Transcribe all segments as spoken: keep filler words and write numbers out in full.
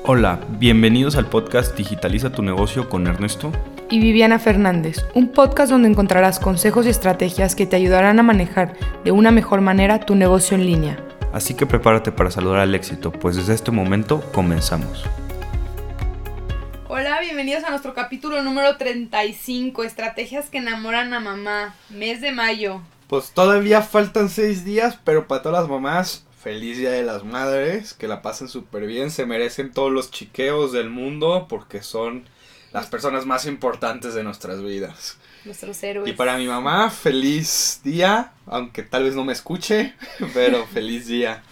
Hola, bienvenidos al podcast Digitaliza tu negocio con Ernesto y Viviana Fernández, un podcast donde encontrarás consejos y estrategias que te ayudarán a manejar de una mejor manera tu negocio en línea. Así que prepárate para saludar al éxito, pues desde este momento comenzamos. Hola, bienvenidos a nuestro capítulo número treinta y cinco, Estrategias que enamoran a mamá, mes de mayo. Pues todavía faltan seis días, pero para todas las mamás, feliz Día de las Madres, que la pasen súper bien, se merecen todos los chiqueos del mundo porque son las personas más importantes de nuestras vidas. Nuestros héroes. Y para mi mamá, feliz día, aunque tal vez no me escuche, pero feliz día.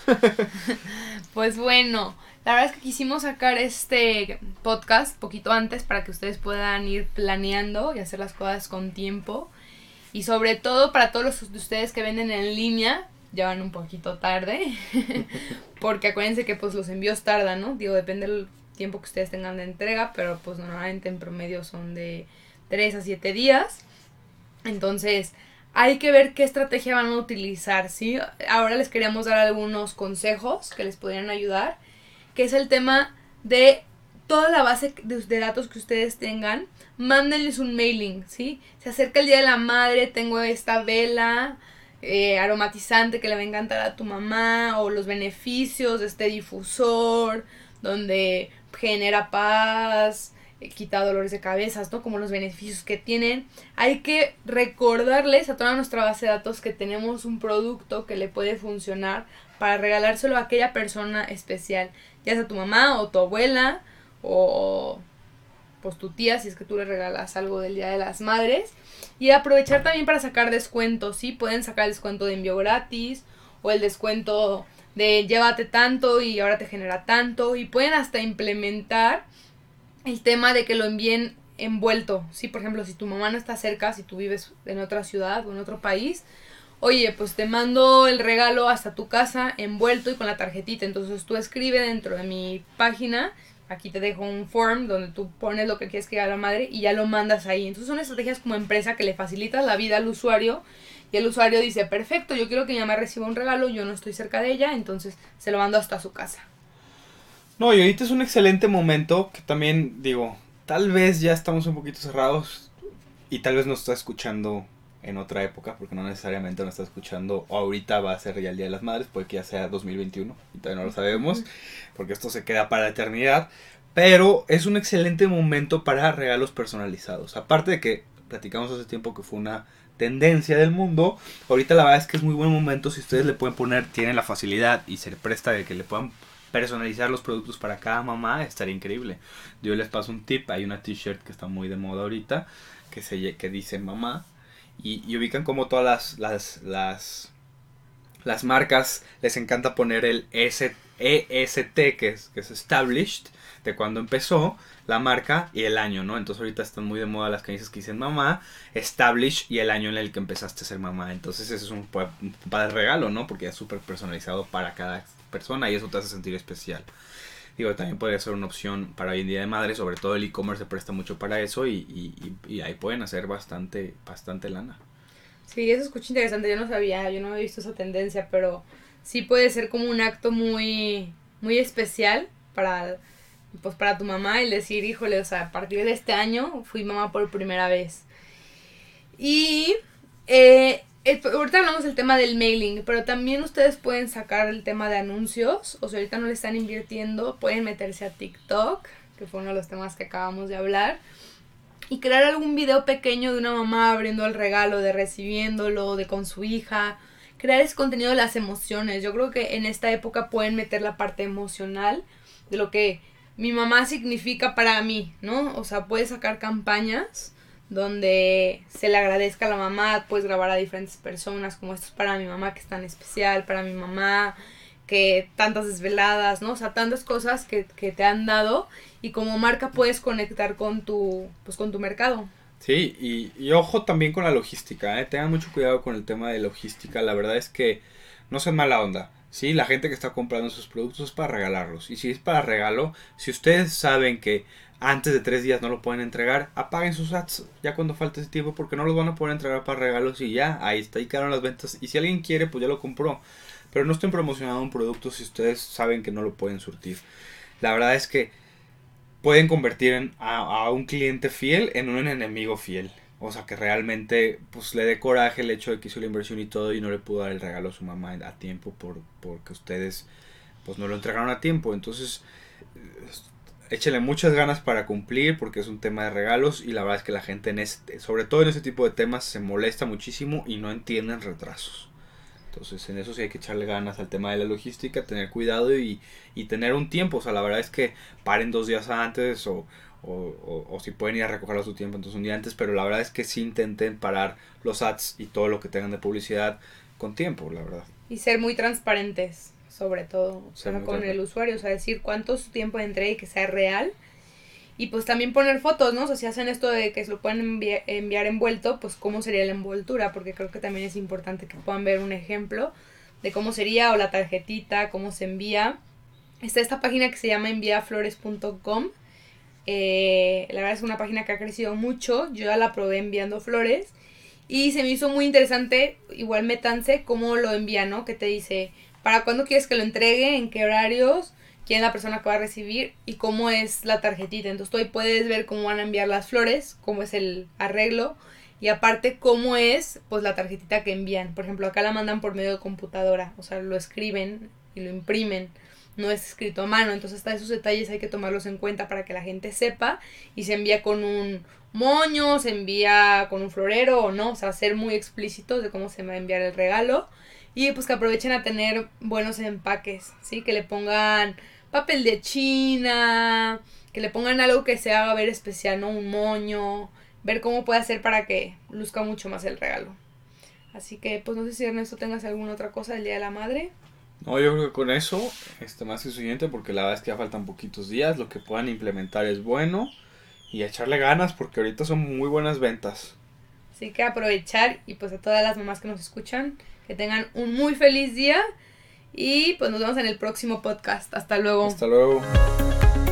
Pues bueno, la verdad es que quisimos sacar este podcast poquito antes para que ustedes puedan ir planeando y hacer las cosas con tiempo. Y sobre todo para todos los de ustedes que venden en línea, ya van un poquito tarde, porque acuérdense que pues los envíos tardan, ¿no? Digo, depende del tiempo que ustedes tengan de entrega, pero pues normalmente en promedio son de tres a siete días. Entonces, hay que ver qué estrategia van a utilizar, ¿sí? Ahora les queríamos dar algunos consejos que les podrían ayudar, que es el tema de toda la base de, de datos que ustedes tengan, mándenles un mailing, ¿sí? Se acerca el Día de la Madre, tengo esta vela eh, aromatizante que le va a encantar a tu mamá, o los beneficios de este difusor, donde genera paz, eh, quita dolores de cabezas, ¿no? Como los beneficios que tienen. Hay que recordarles a toda nuestra base de datos que tenemos un producto que le puede funcionar para regalárselo a aquella persona especial, ya sea tu mamá o tu abuela, o pues tu tía, si es que tú le regalas algo del Día de las Madres. Y aprovechar también para sacar descuentos, ¿sí? Pueden sacar el descuento de envío gratis, o el descuento de llévate tanto y ahora te genera tanto, y pueden hasta implementar el tema de que lo envíen envuelto, ¿sí? Por ejemplo, si tu mamá no está cerca, si tú vives en otra ciudad o en otro país, oye, pues te mando el regalo hasta tu casa envuelto y con la tarjetita. Entonces tú escribe dentro de mi página, aquí te dejo un form donde tú pones lo que quieres que haga la madre y ya lo mandas ahí. Entonces son estrategias como empresa que le facilitas la vida al usuario, y el usuario dice, perfecto, yo quiero que mi mamá reciba un regalo, yo no estoy cerca de ella, entonces se lo mando hasta su casa. No, y ahorita es un excelente momento que también, digo, tal vez ya estamos un poquito cerrados y tal vez nos está escuchando en otra época, porque no necesariamente nos está escuchando o ahorita va a ser ya el Día de las Madres, puede que ya sea dos mil veintiuno y todavía no lo sabemos, porque esto se queda para la eternidad, pero es un excelente momento para regalos personalizados. Aparte de que platicamos hace tiempo que fue una tendencia del mundo, ahorita la verdad es que es muy buen momento si ustedes le pueden poner, tienen la facilidad y se presta de que le puedan personalizar los productos para cada mamá, estaría increíble. Yo les paso un tip, hay una t-shirt que está muy de moda ahorita, que, se, que dice mamá, y, y ubican como todas las, las, las, las marcas les encanta poner el S, E S T, que es, que es Established, de cuando empezó la marca y el año, ¿no? Entonces ahorita están muy de moda las camisas que dicen mamá, Established y el año en el que empezaste a ser mamá. Entonces eso es un, un padre regalo, ¿no? Porque es súper personalizado para cada persona y eso te hace sentir especial. Digo, también podría ser una opción para hoy en día de madre, sobre todo el e-commerce se presta mucho para eso y, y, y, y ahí pueden hacer bastante, bastante lana. Sí, eso escucha interesante, yo no sabía, yo no había visto esa tendencia, pero sí puede ser como un acto muy, muy especial para, pues para tu mamá, el decir, híjole, o sea, a partir de este año fui mamá por primera vez. Y eh, el, ahorita hablamos del tema del mailing, pero también ustedes pueden sacar el tema de anuncios, o sea, ahorita no le están invirtiendo, pueden meterse a TikTok, que fue uno de los temas que acabamos de hablar, y crear algún video pequeño de una mamá abriendo el regalo, de recibiéndolo, de con su hija, crear ese contenido de las emociones. Yo creo que en esta época pueden meter la parte emocional de lo que mi mamá significa para mí, ¿no? O sea, puedes sacar campañas donde se le agradezca a la mamá, puedes grabar a diferentes personas, como esto es para mi mamá que es tan especial, para mi mamá que tantas desveladas, ¿no? O sea, tantas cosas que, que te han dado y como marca puedes conectar con tu, pues con tu mercado. Sí, y, y ojo también con la logística, ¿eh? Tengan mucho cuidado con el tema de logística, la verdad es que no sean mala onda. Sí, la gente que está comprando sus productos es para regalarlos. Y si es para regalo, si ustedes saben que antes de tres días no lo pueden entregar, apaguen sus ads ya cuando falte ese tiempo, porque no los van a poder entregar para regalos y ya, ahí está, ahí quedaron las ventas. Y si alguien quiere, pues ya lo compró. Pero no estén promocionando un producto si ustedes saben que no lo pueden surtir. la verdad es que pueden convertir en, a, a un cliente fiel en un enemigo fiel. O sea, que realmente pues le dé coraje el hecho de que hizo la inversión y todo y no le pudo dar el regalo a su mamá a tiempo por porque ustedes pues no lo entregaron a tiempo. Entonces, échenle muchas ganas para cumplir porque es un tema de regalos y la verdad es que la gente, en este, sobre todo en este tipo de temas, se molesta muchísimo y no entienden retrasos. Entonces en eso sí hay que echarle ganas al tema de la logística, tener cuidado y, y tener un tiempo. O sea, la verdad es que paren dos días antes o, o, o, o si pueden ir a recogerlo a su tiempo, entonces un día antes. Pero la verdad es que sí intenten parar los ads y todo lo que tengan de publicidad con tiempo, la verdad. Y ser muy transparentes, sobre todo, o sea, Ser muy con el transparente. usuario, o sea, decir cuánto es su tiempo de entrega y que sea real. Y pues también poner fotos, ¿no? O sea, si hacen esto de que se lo pueden envi- enviar envuelto, pues cómo sería la envoltura, porque creo que también es importante que puedan ver un ejemplo de cómo sería, o la tarjetita, cómo se envía. Está esta página que se llama envía flores punto com. Eh, la verdad es una página que ha crecido mucho. Yo ya la probé enviando flores y se me hizo muy interesante. Igual métanse cómo lo envía, ¿no? Que te dice para cuándo quieres que lo entregue, en qué horarios, quién es la persona que va a recibir y cómo es la tarjetita. Entonces tú ahí puedes ver cómo van a enviar las flores, cómo es el arreglo y aparte cómo es pues la tarjetita que envían. Por ejemplo, acá la mandan por medio de computadora, o sea, lo escriben y lo imprimen. No es escrito a mano, entonces hasta esos detalles hay que tomarlos en cuenta para que la gente sepa y se envía con un moño, se envía con un florero o no, o sea, ser muy explícitos de cómo se va a enviar el regalo y pues que aprovechen a tener buenos empaques, ¿sí? Que le pongan papel de China, que le pongan algo que se haga ver especial, ¿no? Un moño, ver cómo puede hacer para que luzca mucho más el regalo. Así que, pues no sé si Ernesto tengas alguna otra cosa del Día de la Madre. No, yo creo que con eso este más que suficiente porque la verdad es que ya faltan poquitos días. Lo que puedan implementar es bueno y echarle ganas porque ahorita son muy buenas ventas. Así que aprovechar y pues a todas las mamás que nos escuchan, que tengan un muy feliz día y pues nos vemos en el próximo podcast. Hasta luego. Hasta luego.